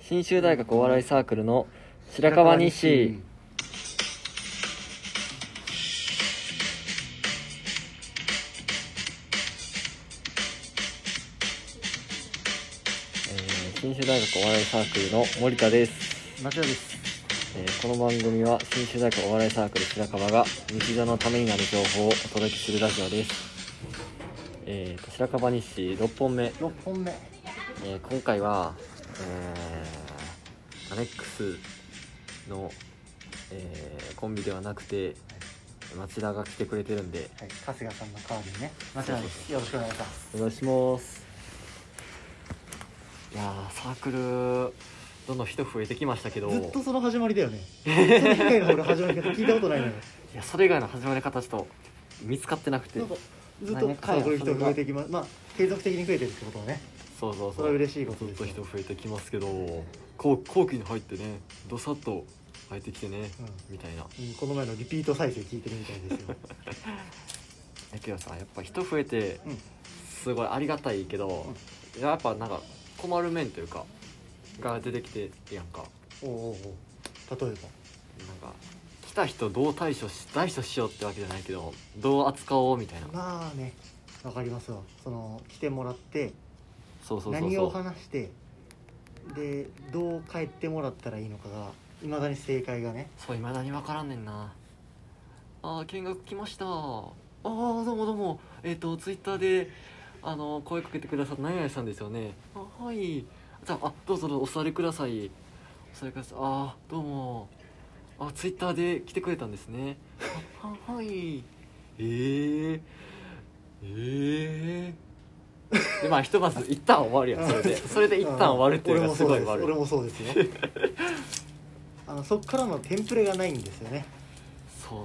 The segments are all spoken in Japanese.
信州大学お笑いサークルの白川西。信州大学お笑いサークルの森田です。 町田です。 この番組は信州大学お笑いサークル白川が日常のためになる情報をお届けするラジオです。白川西6本目、今回は、アネックスの、コンビではなくて町田が来てくれてるんで、 はい、春日さんの代わりにね、町田です。よろしくお願いします。 お願いします。いやサークルどんどん人増えてきましたけど、 ずっとその始まりだよね。それ以外の俺始まり方聞いたことないのよ。 いやそれ以外の始まり方ちょっと見つかってなくて、 なんかずっとサークル人増えてきます。まあ継続的に増えてるってことはね。 そうそれは嬉しいことです。 ずっと人増えてきますけど、後期に入ってね、どさっと入ってきてね、みたいな、 この前のリピート再生聞いてるみたいですよ。 だけどさ、やっぱ人増えてすごいありがたいけど、やっぱなんか困る面というかが出てきてやんか。 例えばなんか来た人どう対処しようってわけじゃないけど、どう扱おうみたいな。 まあね、わかりますわ。その来てもらって、 そう何を話してでどう帰ってもらったらいいのかが未だに正解がね。 そう、未だに分からんねんな。見学来ました。どうもどうも。ツイッターで声かけてくださった何々さんですよね。はい。じゃあ、どうぞお座りください。お座りください。どうも。ツイッターで来てくれたんですね。はい。で、まあひとまず一旦終わるやん。それで一旦終わるっていうのがすごい悪い。 俺もそうですよ。そっからのテンプレがないんですよね。 そう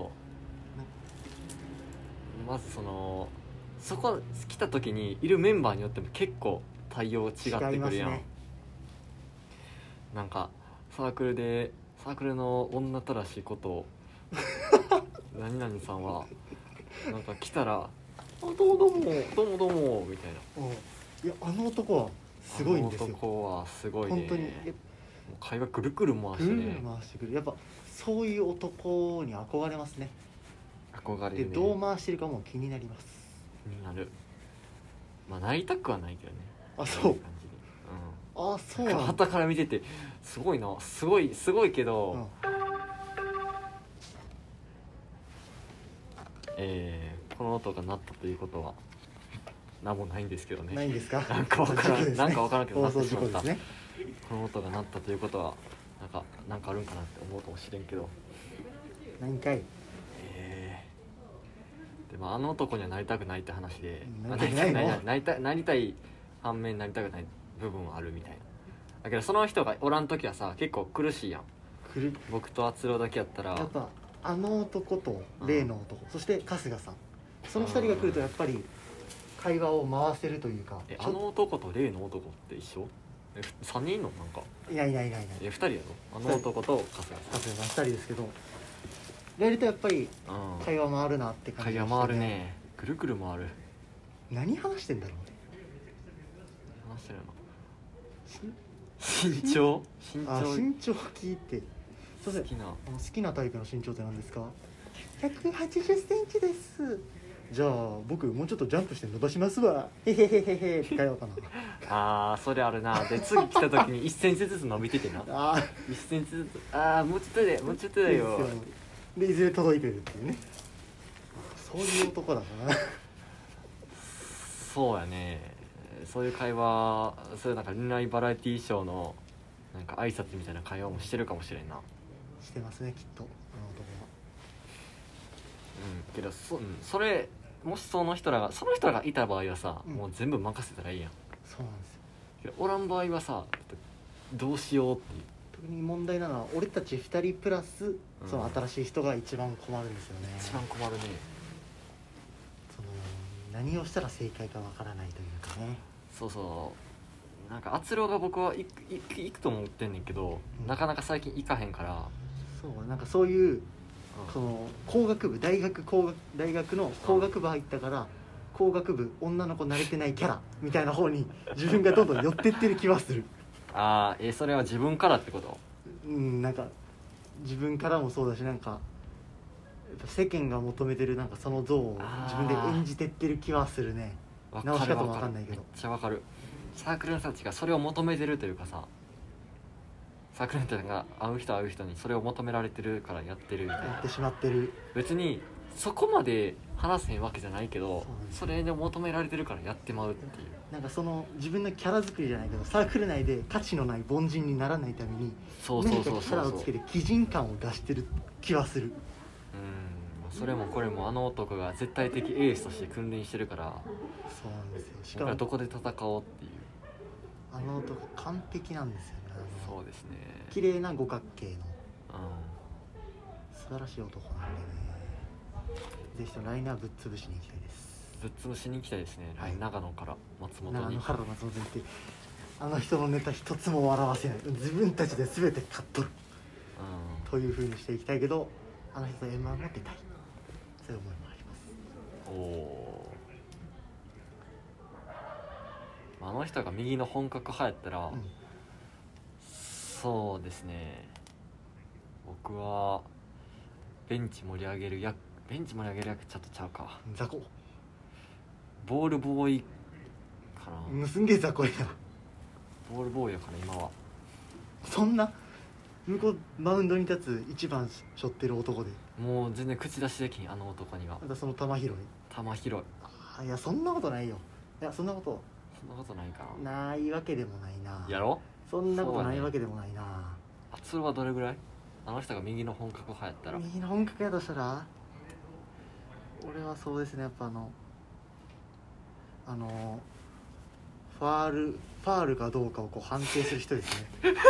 まずそこ来た時にいるメンバーによっても結構対応違ってくるやん、ね、なんかサークルの女たらしいこと何々さんはなんか来たらどうもみたいな。 いや、あの男はすごいんですよ。 あの男はすごいね。 本当に会話くるくる回してね。 回してくる。やっぱそういう男に憧れますね。 憧れるね。 でどう回してるかも気になります。 気になる。まあなりたくはないけどね。 そう。そうなんだ。 旗から見ててすごいな、すごいけど、この音が鳴ったということは何もないんですけどね。 ないんですか。 なんかわからん、なんかわからんけど鳴ってしまった。 ね、 この音が鳴ったということはなんかあるんかなって思うかもしれんけど。 何回。 でもあの男にはなりたくないって話で、 なりたい反面なりたくない部分はあるみたいな。だけどその人がおらん時はさ結構苦しいやん。僕と敦郎だけやったらやっぱあの男と例の男、そして春日さん、その2人が来るとやっぱり会話を回せるというか。 あの男と例の男って一緒？3人いんの？なんかいない 2人やろ。あの男と春日さん2人ですけど、やるとやっぱり会話回るなって感じで、 会話回るね。ぐるぐる回る。 何話してんだろうね。 話してるの身長聞いて、好きなタイプの身長って何ですか？180センチです。じゃあ僕もうちょっとジャンプして伸ばしますわ、へへへへへって会話かな。それあるな。で次来た時に1センチずつ伸びててな。1センチずつ、もうちょっとだよ。 でいずれ届いてるっていうね。そういう男だな。 そうやね。そういう会話、そういうなんか恋愛バラエティーショーのなんか挨拶みたいな会話もしてるかもしれんな。 してますね、きっとあの男は。 けどそれもしその人らがいた場合はさ、もう全部任せたらいいやん。 そうなんですよ。 おらん場合はさどうしようっていう。 特に問題なのは俺たち2人プラスその新しい人が一番困るんですよね。 一番困るね。 何をしたら正解かわからないというかね。 そうなんか敦郎が僕は行くと思ってんねんけど、なかなか最近行かへんから。 なんかそういう、その工学部大学の工学部入ったから、工学部女の子慣れてないキャラみたいな方に自分がどんどん寄ってってる気はする。 ああ、それは自分からってこと？ なんか自分からもそうだし、なんかやっぱ世間が求めてるなんかその像を自分で演じてってる気はするね。 わ直し方もわわかんないけどめっちゃわかる。サークルの人たちがそれを求めてるというかさ、サークルの人が会う人にそれを求められてるからやってるみたいな。 やってしまってる。 別にそこまで話せへんわけじゃないけど、 そうねそれで求められてるからやってまうっていう。 なんかその自分のキャラ作りじゃないけど、サークル内で価値のない凡人にならないためにそうそう何かそうそうそう。 キャラをつけて基人感を出してる気はする。 それもこれもあの男が絶対的エースとして君臨してるから、 そうなんですよ。し僕らかもどこで戦おうっていう。 あの男完璧なんですよね。 そうですね。 綺麗な五角形のう素晴らしい男なんでね、ぜひともライナーぶっ潰しに行きたいです。 ん、ぶっ潰しに行きたいですね、 はい長野から松本に。 長野原松本に行って、あの人のネタ一つも笑わせない、自分たちで全て買っとるという風にしていきたいけど、あの人と M−1 も出たい、そういう思いもあります。 おおー、あの人が右の本格派やったら、そうですね、僕はベンチ盛り上げる役ちょっとちゃうか、 雑魚ボールボーイかな。 すんげえ雑魚やな。 ボールボーイやから今は。 そんな向こうマウンドに立つ一番背負ってる男で、 もう全然口出しできん、あの男には。 またその球拾い、 球広い。 いやそんなことないよ。いやそんなことそんなことないかな。 ないわけでもないな。 やろ。 そんなことないそうだねわけでもないな。 あ、それはどれぐらい？あの人が右の本格派やったら。 右の本格やとしたら、俺はそうですね、やっぱファールかどうかをこう判定する人ですね。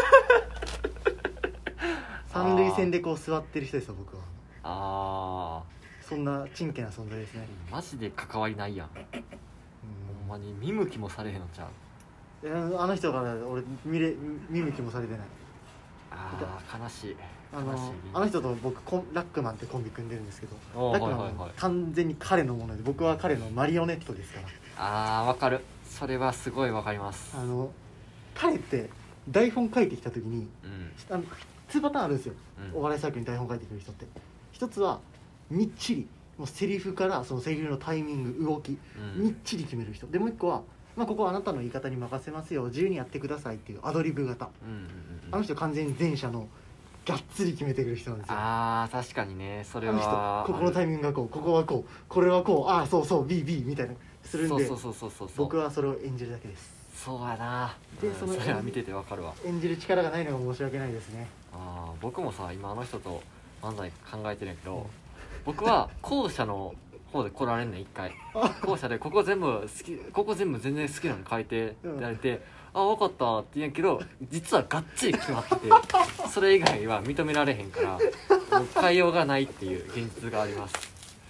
三塁線でこう座ってる人ですよ、僕は。 あそんなちんけな存在ですね。 ー、マジで関わりないやん。ほんまに見向きもされへんのちゃう。 いやあの人から俺見向きもされてない。 あー、悲しい。 あ悲しい。 の人と僕ラックマンってコンビ組んでるんですけど、 おー、 ラックマンはいはいははい完全に彼のもので、僕は彼のマリオネットですから。 あー、わかる。それはすごいわかります。 彼って台本書いてきた時にうん 2パターンあるんですよ、 うんお笑いサークルに台本書いてくる人って。一つはみっちりもうセリフからそのセリフのタイミング動き、 うんみっちり決める人で、もう一個は、まあ、ここはあなたの言い方に任せますよ、自由にやってくださいっていうアドリブ型。 うんうんうんあの人完全に前者のがっつり決めてくる人なんですよ。 あー、確かにね、それあのは人ここのタイミングがこう、ここはこう、これはこう、ああそうそう BB みたいなするんで、 そうそうそうそうそう。 僕はそれを演じるだけです。 そうやな。 でそのそれは見ててわかるわ。 演じる力がないのが申し訳ないですね。 あー、僕もさ今あの人と漫才考えてるんやけど、僕は後者の方で来られんねん一回。後者でここ全部好き、ここ全部全然好きなの書いてって言われて、あ、分かったって言うんやけど、実はがっちり決まってて、それ以外は認められへんから、もう変えようがないっていう現実があります。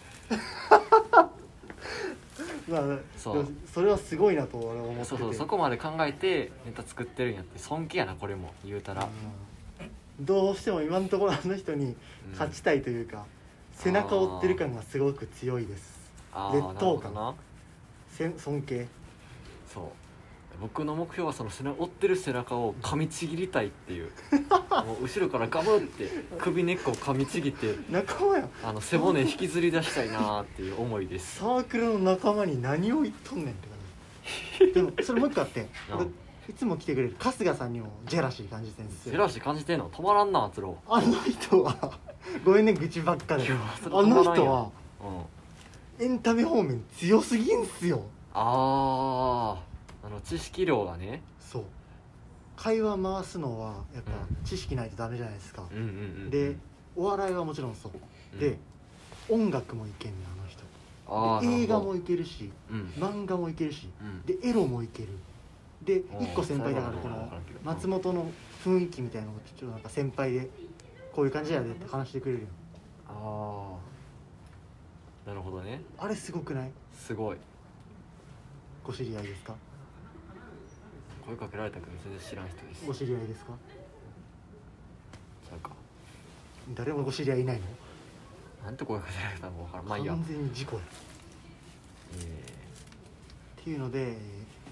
まあ、 そうでもそれはすごいなと俺は思ってて、 そうそう、そこまで考えてネタ作ってるんやって、尊敬やなこれも言うたら。 どうしても今のところあの人に勝ちたいというか、背中を追ってる感がすごく強いです。 あー、 劣等感、 なるほどな。 尊敬。 そう、僕の目標はその追ってる背中を噛みちぎりたいっていうもう後ろからガブって首根っこを噛みちぎって仲間や背骨引きずり出したいなっていう思いです。 サークルの仲間に何を言っとんねんって感じ。でもそれもう一個あって俺いつも来てくれる春日さんにもジェラシー感じてるんですよ。 ジェラシー感じてんの止まらんな、あつろ。 あの人はごめんね愚痴ばっかで、 いやあそれ止まらんやんの人はうん、 エンタメ方面強すぎんすよ。 知識量がね。 そう、会話回すのはやっぱう知識ないとダメじゃないですか、 うんうんうんでお笑いはもちろんそう、 うんで音楽もいけんねあの人あー、 で映画なるほど。 もいけるしうん漫画もいけるしうんでエロもいけるでおー一個先輩だからこのそういうのは分からんけど松本の雰囲気みたいなのをちょっとなんか先輩でこういう感じやでって話してくれるよ。 ああ、なるほどね。 あれすごくない？ すごい。 ご知り合いですか？ 声かけられたけど全然知らん人です。 ご知り合いですか？ ちゃうか。 誰もご知り合いいないの？ なんて声かけられたのか分からん。まあいいや。 完全に事故や。っていうので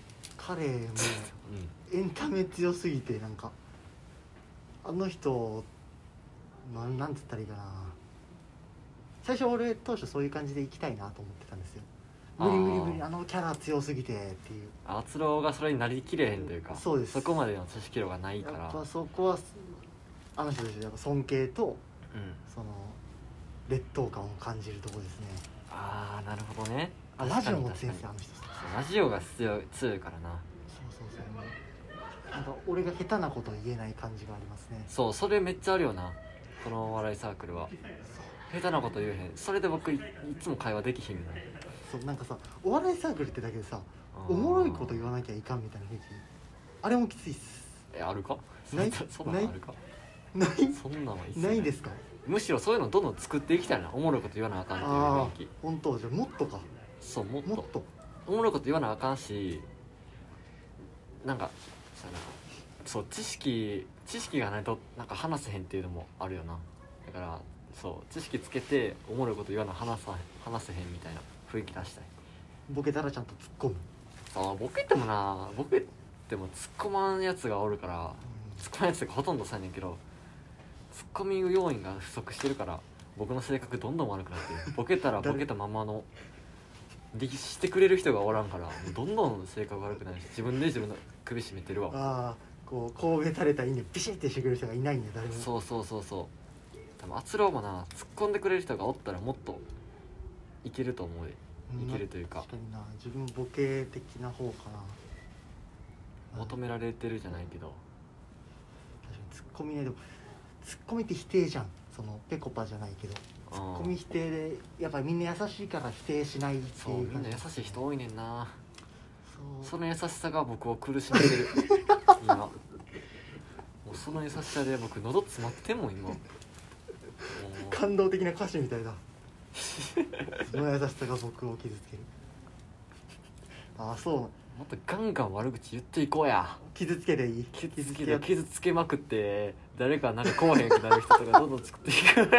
彼もうエンタメ強すぎて、なんかあの人なんつったらいいかな、最初俺当初そういう感じで行きたいなと思ってたんですよ。無理無理無理、あのキャラ強すぎてっていう。 篤郎がそれになりきれへんというか、 そうです。 そこまでの知識量がないから、 やっぱそこはあの人たちやっぱ尊敬と、その劣等感を感じるところですね。 ああなるほどね。 ラジオ持ってんすよあの人。 ラジオが強いからな。 そうなんか俺が下手なこと言えない感じがありますね。 そう、それめっちゃあるよな、このお笑いサークルは。下手なこと言えへん、それで僕 いつも会話できひんもん。 そうなんかさ、お笑いサークルってだけでさ、おもろいこと言わなきゃいかんみたいな雰囲気、あれもきついっす。 あるか？ ないそんなのあるか？ ないそんなのいっすないですか？ むしろそういうのどんどん作っていきたいな。おもろいこと言わなあかんっていう雰囲気。 本当？じゃあもっとか。 そう、もっもっとおもろいこと言わなあかんし、なんかそう知識がないとなんか話せへんっていうのもあるよな。だからそう知識つけておもろいこと言わな話せへんみたいな雰囲気出したい。 ボケたらちゃんと突っ込む。 そうボケても突っ込まんやつがおるから、突っ込まんやつがほとんどさやねんけど、ツッコミ要員が不足してるから僕の性格どんどん悪くなってる。ボケたらボケたままのしてくれる人がおらんからどんどん性格悪くなるし、自分で自分の首絞めてるわ。 ああ、こう神戸垂れたいいねビシッてしてくれる人がいないんだ誰も。 そう多分篤郎もな、突っ込んでくれる人がおったらもっといけると思う。いけるというか、 確かにな、自分ボケ的な方かな。 求められてるじゃないけど、 確かにツッコミね。でもツッコミって否定じゃん、そのペコパじゃないけど、ツッコミ否定でやっぱりみんな優しいから否定しないっていう。 そうみんな優しい人多いねんな。 その優しさが僕を苦しめてる今もうその優しさで僕喉詰まってんもん今。もう感動的な歌詞みたいだ。その優しさが僕を傷つける。ああそう、 もっとガンガン悪口言っていこうや。 傷つけでいい。 傷つけまくって誰かなんかこうへんくなる人とかどんどん作っていく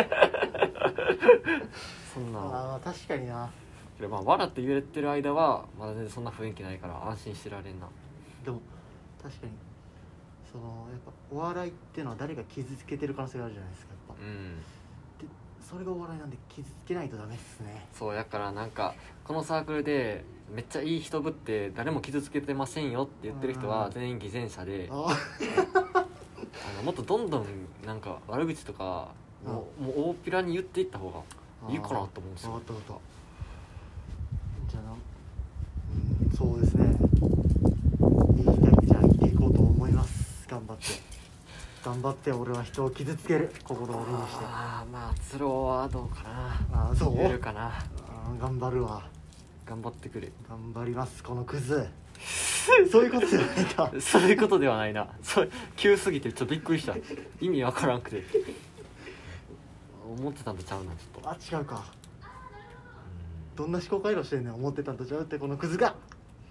そんなああ確かにな。 けどまあ笑って言えてる間はまだ全然そんな雰囲気ないから安心してられんな。 でも確かにそのやっぱお笑いっていうのは誰か傷つけてる可能性があるじゃないですか。やっぱでそれがお笑いなんで傷つけないとダメっすね。 そうやからなんかこのサークルでめっちゃいい人ぶって誰も傷つけてませんよって言ってる人は全員偽善者で、もっとどんどんなんか悪口とかもう大っぴらに言っていった方がいいかなと思うんですよ。 分かったじゃあそうですね、じゃあ生きていこうと思います。頑張って俺は人を傷つける心を鬼にして。 まあツロはどうかな。 そう言えるかな。 頑張るわ。 頑張ってくれ。 頑張りますこのクズそういうことじゃないかそういうことではないな。急すぎてちょっとびっくりした。意味わからんくて思ってたんとちゃうな。ちょっと違うか。どんな思考回路してんねん。思ってたんとちゃうってこのクズが。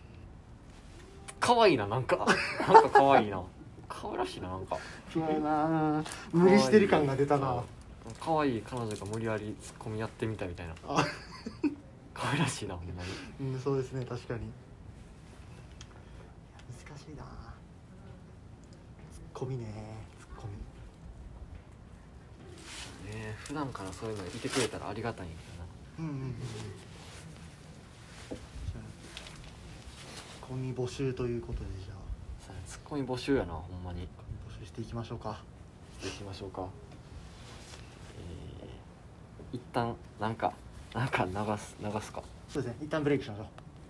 可愛いな、なんか可愛いな。可愛らしいな、なんか違うな、無理してる感が出たな。 可愛い彼女が無理やりツッコミやってみたみたいな。可愛らしいな、ほんまに。 そうですね、確かに難しいな。ツッコミね、ツッコミね、普段からそういうのいてくれたらありがたいんやけどな。 ツッコミ募集ということで、じゃあツッコミ募集やな、ほんまに。 募集していきましょうか。 一旦なんか流すか。 そうですね、一旦ブレイクしましょう。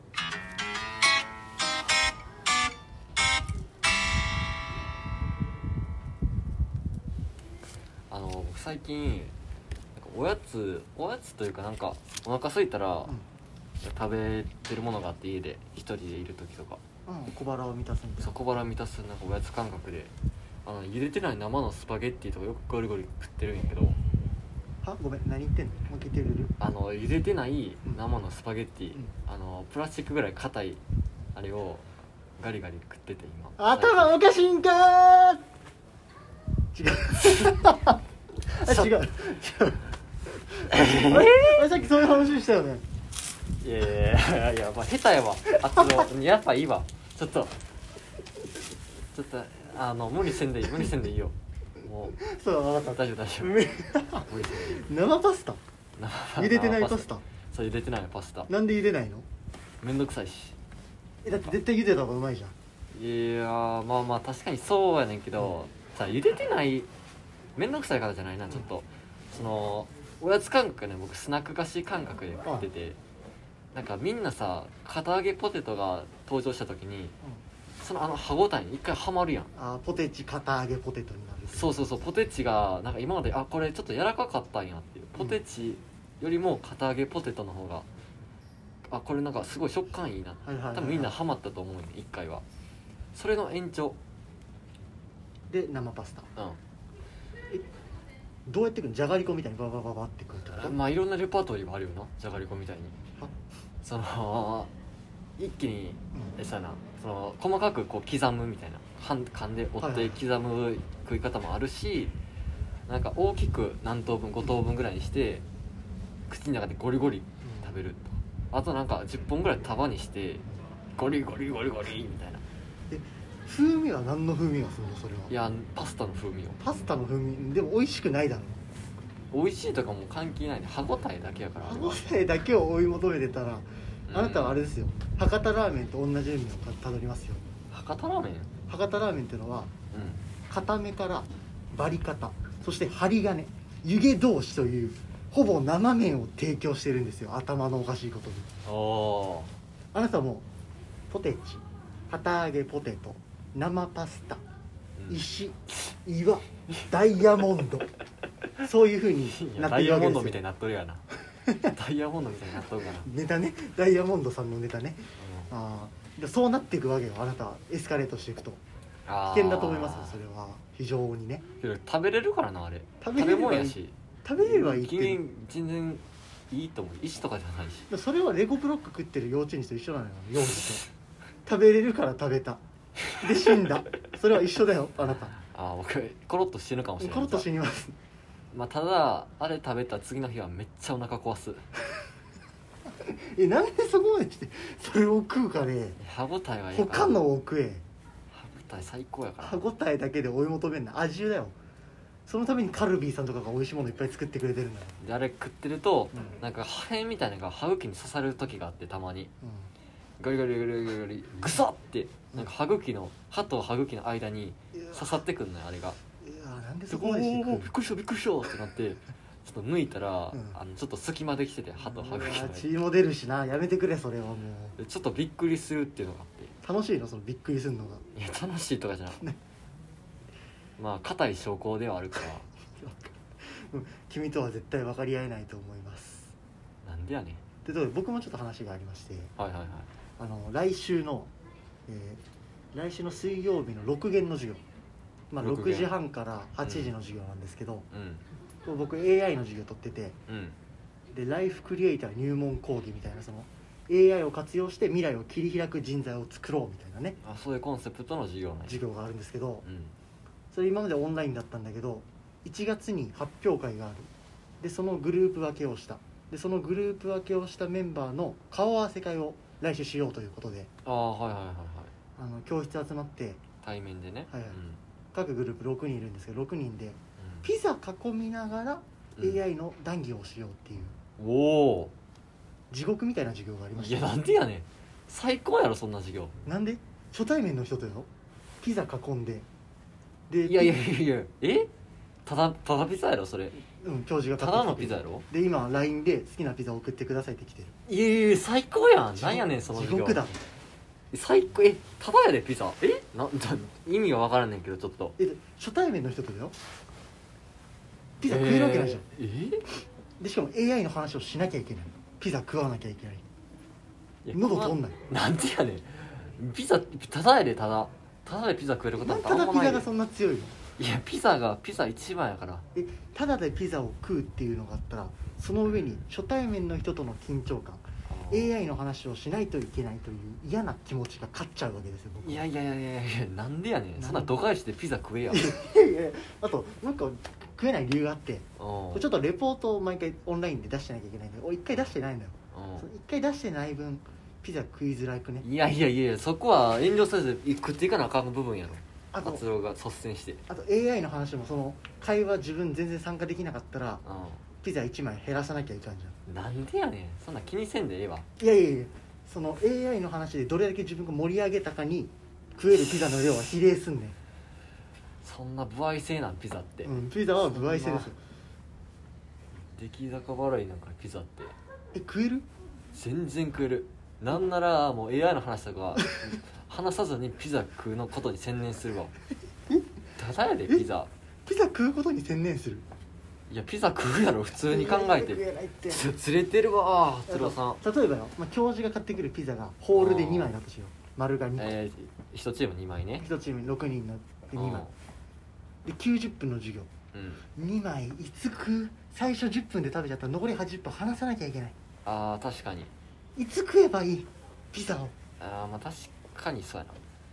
僕最近なんかおやつというかなんかお腹空いたら、食べてるものがあって、家で一人でいる時とか、 小腹を満たすみたいな。 そう、小腹満たすなんかおやつ感覚で茹でてない生のスパゲッティとかよくゴリゴリ食ってるんやけど。 はごめん、何言ってんの。もう聞いてる。 茹でてない生のスパゲッティ、プラスチックぐらい硬いあれをガリガリ食ってて今。 頭おかしいんかー。違う違うあれさっきそういう話したよね。 いやまあ下手やわ。やっぱいいわ。 ちょっと無理せんでいいいいよ。もうそう分かった。 大丈夫無理せんでいい。 生パスタ茹でてないパスタ。 そう茹でてないパスタ。 なんで茹でないの？ めんどくさいし。 だって絶対茹でた方がうまいじゃん。 いやまあ確かにそうやねんけど、さ茹でてないめんどくさいからじゃないな、ちょっとそのおやつ感覚ね、僕スナック菓子感覚で食ってて、なんかみんなさ堅揚げポテトが登場した時にその歯応えに一回ハマるやん。 ポテチ堅揚げポテトになる。 そうポテチがなんか今までこれちょっと柔らかかったんやっていう、ポテチよりも堅揚げポテトの方がこれなんかすごい食感いいな、多分みんなハマったと思うね一回は。それの延長で生パスタ。 うんどうやってくるの？じゃがりこみたいにババババってくるってこと？ まあいろんなレパートリーがあるよな、じゃがりこみたいに。その一気にさな、その細かくこう刻むみたいな、噛んで折って刻む食い方もあるし、なんか大きく何等分5等分ぐらいにして口の中でゴリゴリ食べると、あとなんか10本ぐらい束にしてゴリゴリゴリゴリみたいな。 風味は何の風味がするのそれは？ いやパスタの風味を。 パスタの風味でも美味しくないだろ。 美味しいとかも関係ないね、歯応えだけやから。 歯応えだけを追い求めてたら、あなたはあれですよ、博多ラーメンと同じ順序をたどりますよ。 博多ラーメン？ 博多ラーメンっていうのは、固めからバリカタ、そして針金、湯気同士というほぼ生麺を提供してるんですよ。頭のおかしいことに。あなたもポテチ、堅揚げポテト、生パスタ、石、岩、ダイヤモンド、そういう風になってるわけですよ。 ダイヤモンドみたいになっとるやな。ダイヤモンドみたいになっとるかな。 ネタね、ダイヤモンドさんのネタね。そうなっていくわけよ。あなたエスカレートしていくと危険だと思いますよ。それは非常にね。 けど食べれるからな、あれ。食べ物やし、 食べれればいいって。 全然いいと思う。石とかじゃないし。 それはレゴブロック食ってる幼稚園児と一緒なのよ。幼児と食べれるから食べたで死んだ。それは一緒だよ、あなた。 僕コロッと死ぬかもしれない。 コロッと死にます。 ただあれ食べた次の日はめっちゃお腹壊す。 なんでそこまでしてそれを食うかね。 歯応えはいいから他のを食え。 歯応え最高やから。 歯応えだけで追い求めんな、味だよ。そのためにカルビーさんとかが美味しいものいっぱい作ってくれてるんだよ。 であれ食ってると、なんか破片みたいなのが歯茎に刺さる時があって、たまに、ガリガリガリガリガリグサッってなんか歯と歯茎の間に刺さってくんのよ、あれが。 なんでそこまでしてくる？ びっくりしたびっくりしたってなって、ちょっと抜いたら、ちょっと隙間できてて、歯と歯茎の血も出るしな。やめてくれ、それはもう。ちょっとびっくりするっていうのがあって。 楽しいの？そのびっくりするのが。 いや楽しいとかじゃなくて硬い証拠ではあるから。 君とは絶対分かり合えないと思います。 なんでやねん。 で僕もちょっと話がありまして、来週の水曜日の6限の授業、6時半から8時の授業なんですけど、僕 AI の授業取ってて、でライフクリエイター入門講義みたいな、その AI を活用して未来を切り開く人材を作ろうみたいなね、 そういうコンセプトの授業があるんですけど、それ今までオンラインだったんだけど、1月に発表会がある。でそのグループ分けをした。でそのグループ分けをしたメンバーの顔合わせ会を来週しようということで、教室集まって対面でね、 各グループ6人いるんですけど、6人でピザ囲みながら AI の談義をしようっていう、地獄みたいな授業がありました。 いやなんでやねん、最高やろそんな授業。 なんで？初対面の人とよ、ピザ囲んで、 いやただピザやろそれ。 教授がただのピザやろ。 で今 LINE で好きなピザを送ってくださいって来てる。 いや最高やん。なんやねんその授業。 地獄だ。 最高。ただやでピザ。意味が分からんねんけど、ちょっと初対面の人とだよ、ピザ食えるわけないじゃん。でしかも AI の話をしなきゃいけない。ピザ食わなきゃいけない。喉通んない。 なんでやねん。ピザただやで、ただでピザ食えることなんてあんまない。 ただピザがそんな強いの？ いやピザ一番やから。 ただでピザを食うっていうのがあったら、その上に初対面の人との緊張感、AI の話をしないといけないという嫌な気持ちが勝っちゃうわけですよ、僕。 いやなんでやねん。そんな度外視でピザ食えや。 あとなんか食えない理由があって、ちょっとレポートを毎回オンラインで出してなきゃいけないんだけど、1回出してないんだよ。その1回出してない分ピザ食いづらくね。 いやいやいや、そこは遠慮せず食っていかなあかん部分やろ。 あと達郎が率先して。 あと AI の話も、その会話自分全然参加できなかったらうピザ1枚減らさなきゃいかんじゃん、なんでやねん、そんな気にせんでええわ。 ん。いやいやいや、その AI の話でどれだけ自分が盛り上げたかに食えるピザの量は比例すんねん。 そんな歩合制なんピザって、 ピザは歩合制ですよ。 出来高悪いなんかピザって食える？ 全然食える。なんならもう AI の話とか話さずにピザ食うのことに専念するわ。ただやでピザ。 ピザ食うことに専念する？ いやピザ食うやろ普通に考えて。 食えないって釣れてるわ鶴尾さん。 例えばよ、教授が買ってくるピザがホールで2枚だとしよう。丸が2個、 1チーム2枚ね。 1チーム6人になって2枚で90分の授業、2枚いつ食う？最初10分で食べちゃったら残り80分離さなきゃいけない。 あー確かに。 いつ食えばいいピザを？ まあ確かにそうやな。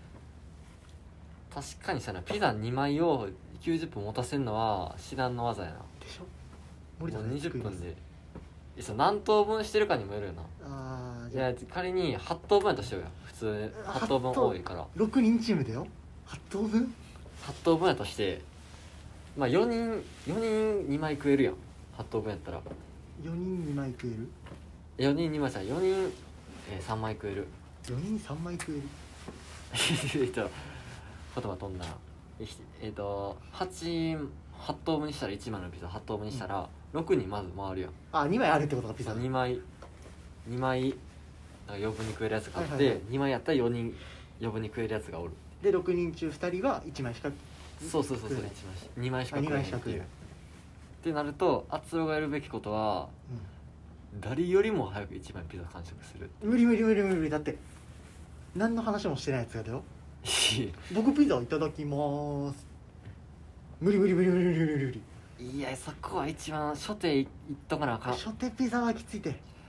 確かにそうやな。ピザ2枚を90分持たせるのは至難の技やな。 でしょ。 もう20分で何等分してるかにもよるよな。いや仮に8等分やとしようよ。普通8等分多いから 6人チームだよ。8等分 8等分やとして、まあ4人2枚食えるやん。8等分やったら 4人2枚食える。 4人2枚じゃ4人、3枚食える。 4人3枚食える言葉飛んだな。8等分にしたら1枚のピザ8等分にしたら6にまず回るやん。 2枚あるってことかピザ。 2枚余分に食えるやつがあって、2枚やったら4人余分に食えるやつがおる。 で6人中2人は1枚しかそう2枚しか食えないっていう。ってなると敦郎がやるべきことは、誰よりも早く1枚ピザ完食する。 無理だって何の話もしてないやつがだよ。僕ピザいただきまーす。無理。 いやそこは一番初手いっとかなあかん。 初手ピザはきつい。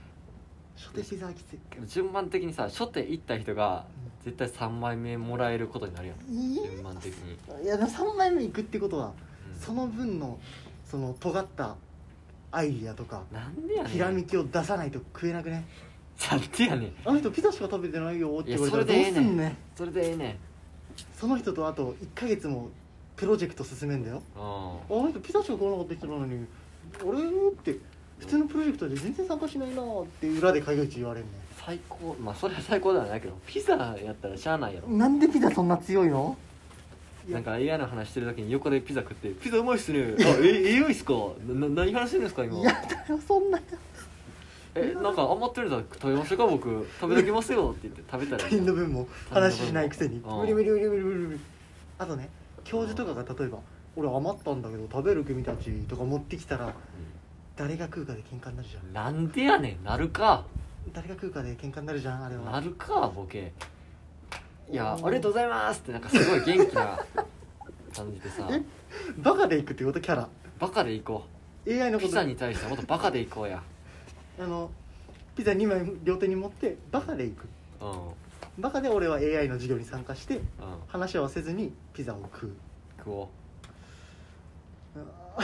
順番的にさ初手行った人が絶対3枚目もらえることになるやん。順番的に。 いやでも3枚目いくってことは、その分のその尖ったアイディアとかなんでやねんひらめきを出さないと食えなくね。 なんでやねん。 あの人ピザしか食べてないよって言われたらどうすんねん。 それでええねん。 その人とあと1ヶ月もプロジェクト進めんだよ。あの人ピザしか食わなかった人なのに俺って普通のプロジェクトで全然参加しないなって裏で会議中言われるね。 最高。まあそれは最高ではないけどピザやったらしゃあないやろ。 なんでピザそんな強いの？ なんか AI の話してる時に横でピザ食ってピザうまいっすね。AI っすか？何話してるんですか今。 いやだよそんな。 なんか余ってるだ食べましょうか僕食べときますよって言って食べたら他人の分も話しないくせに無理。あとね教授とかが例えば俺余ったんだけど食べる君たちとか持ってきたら、誰が食うかで喧嘩になるじゃん。 なんでやねん。なるか。 誰が食うかで喧嘩になるじゃんあれは。 なるかボケ。いやありがとうございますってなんかすごい元気な感じでさ。 バカでいくってこと？キャラバカでいこう。 AI のことピザに対してはもっとバカでいこうや。 ピザ2枚両手に持ってバカでいく。バカで俺は AI の授業に参加して話はせずにピザを食おう。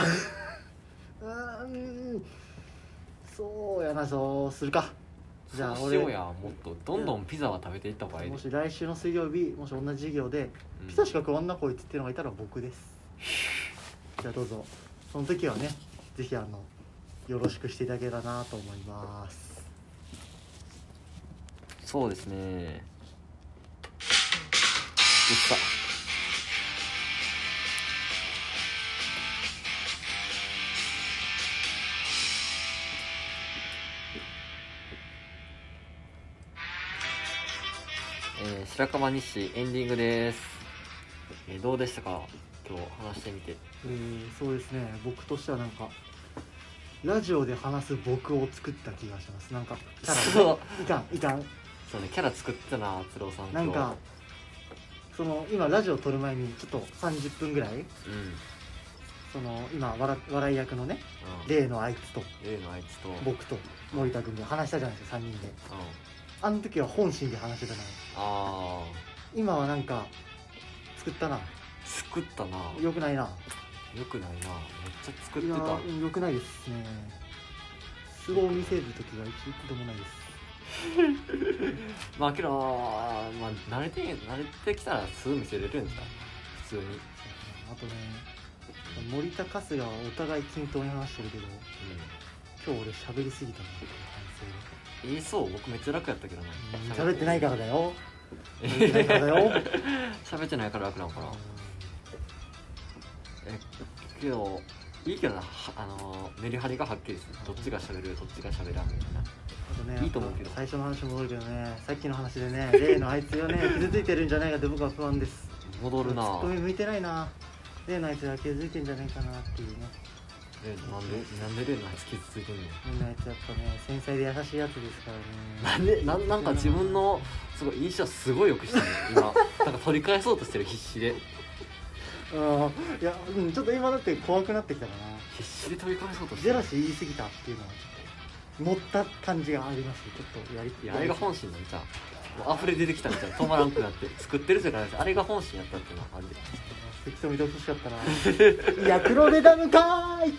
そうやな。そうするか。じゃあそうしようや。もっとどんどんピザは食べていった方がいい。 もし来週の水曜日もし同じ授業でピザしか食わんなこいつっていうのがいたら僕です。じゃあどうぞその時はねぜひよろしくしていただけたらなと思います。 そうですね。いった白樺日誌エンディングです。どうでしたか今日話してみて。 そうですね僕としてはなんかラジオで話す僕を作った気がします。なんかキャラいかんそうねキャラ作ったな鶴尾さん。 なんか今ラジオ撮る前にちょっと30分ぐらい、今笑い役のね、例のあいつと僕と森田君で話したじゃないですか3人で。あの時は本心で話してたな。今はなんか作ったな。よくないな。 めっちゃ作ってた。 よくないですね。すごい見せる時が一度もないです。 まあけどまあ慣れてきたらすぐ見せれるんですか普通に。 あとね森田春日はお互い均等に話してるけど、今日俺喋りすぎたなって反そう僕めっちゃ楽やったけどな。 省喋ってないからだよ。喋ってないからだよ。 喋ってないから楽なのかな。けどいいけどな、メリハリがはっきりする。どっちが喋るどっちが喋らんみたいな。 あとね、 いいと思うけど最初の話戻るけどね、さっきの話でね、例のあいつがね傷ついてるんじゃないかって僕は不安です。 戻るな。 ツッコミ向いてないな。例のあいつが傷ついてんじゃないかなっていうね。 なんで例のあいつ傷ついてんの。 例のあいつやっぱね繊細で優しいやつですからね。 なんか自分のすごい印象すごいよくしてる今。なんか取り返そうとしてる必死で。 いや、ちょっと今だって怖くなってきたかな。 必死で取り返そうとしてる。 ジェラシー言い過ぎたっていうのはちょっと持った感じがあります。ちょっとやりいやあれが本心なんじゃん。もう溢れ出てきたみたいな。止まらんくなって作ってるじゃないですか。あれが本心やったっていうのはあれで。 適当見てほしかったな。いや黒部ダムかー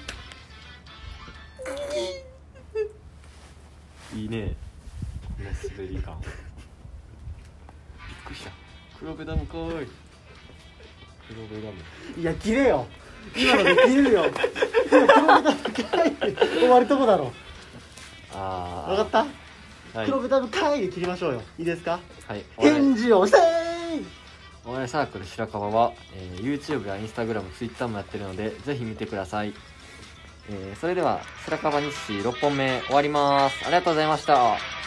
い。 いいねこの滑り感。びっくりした。黒部ダムかーい。黒部ダム。 いや切れよ。今ので切れるよ。黒部ダムかーいって終わるとこだろ。分かった、はい、黒部ダムかーいで切りましょうよ。いいですか。 はい。 返事をせーい。 お笑いサークル白樺は、YouTube や Instagram、Twitter もやってるのでぜひ見てください。それでは白樺日誌6本目終わります。ありがとうございました。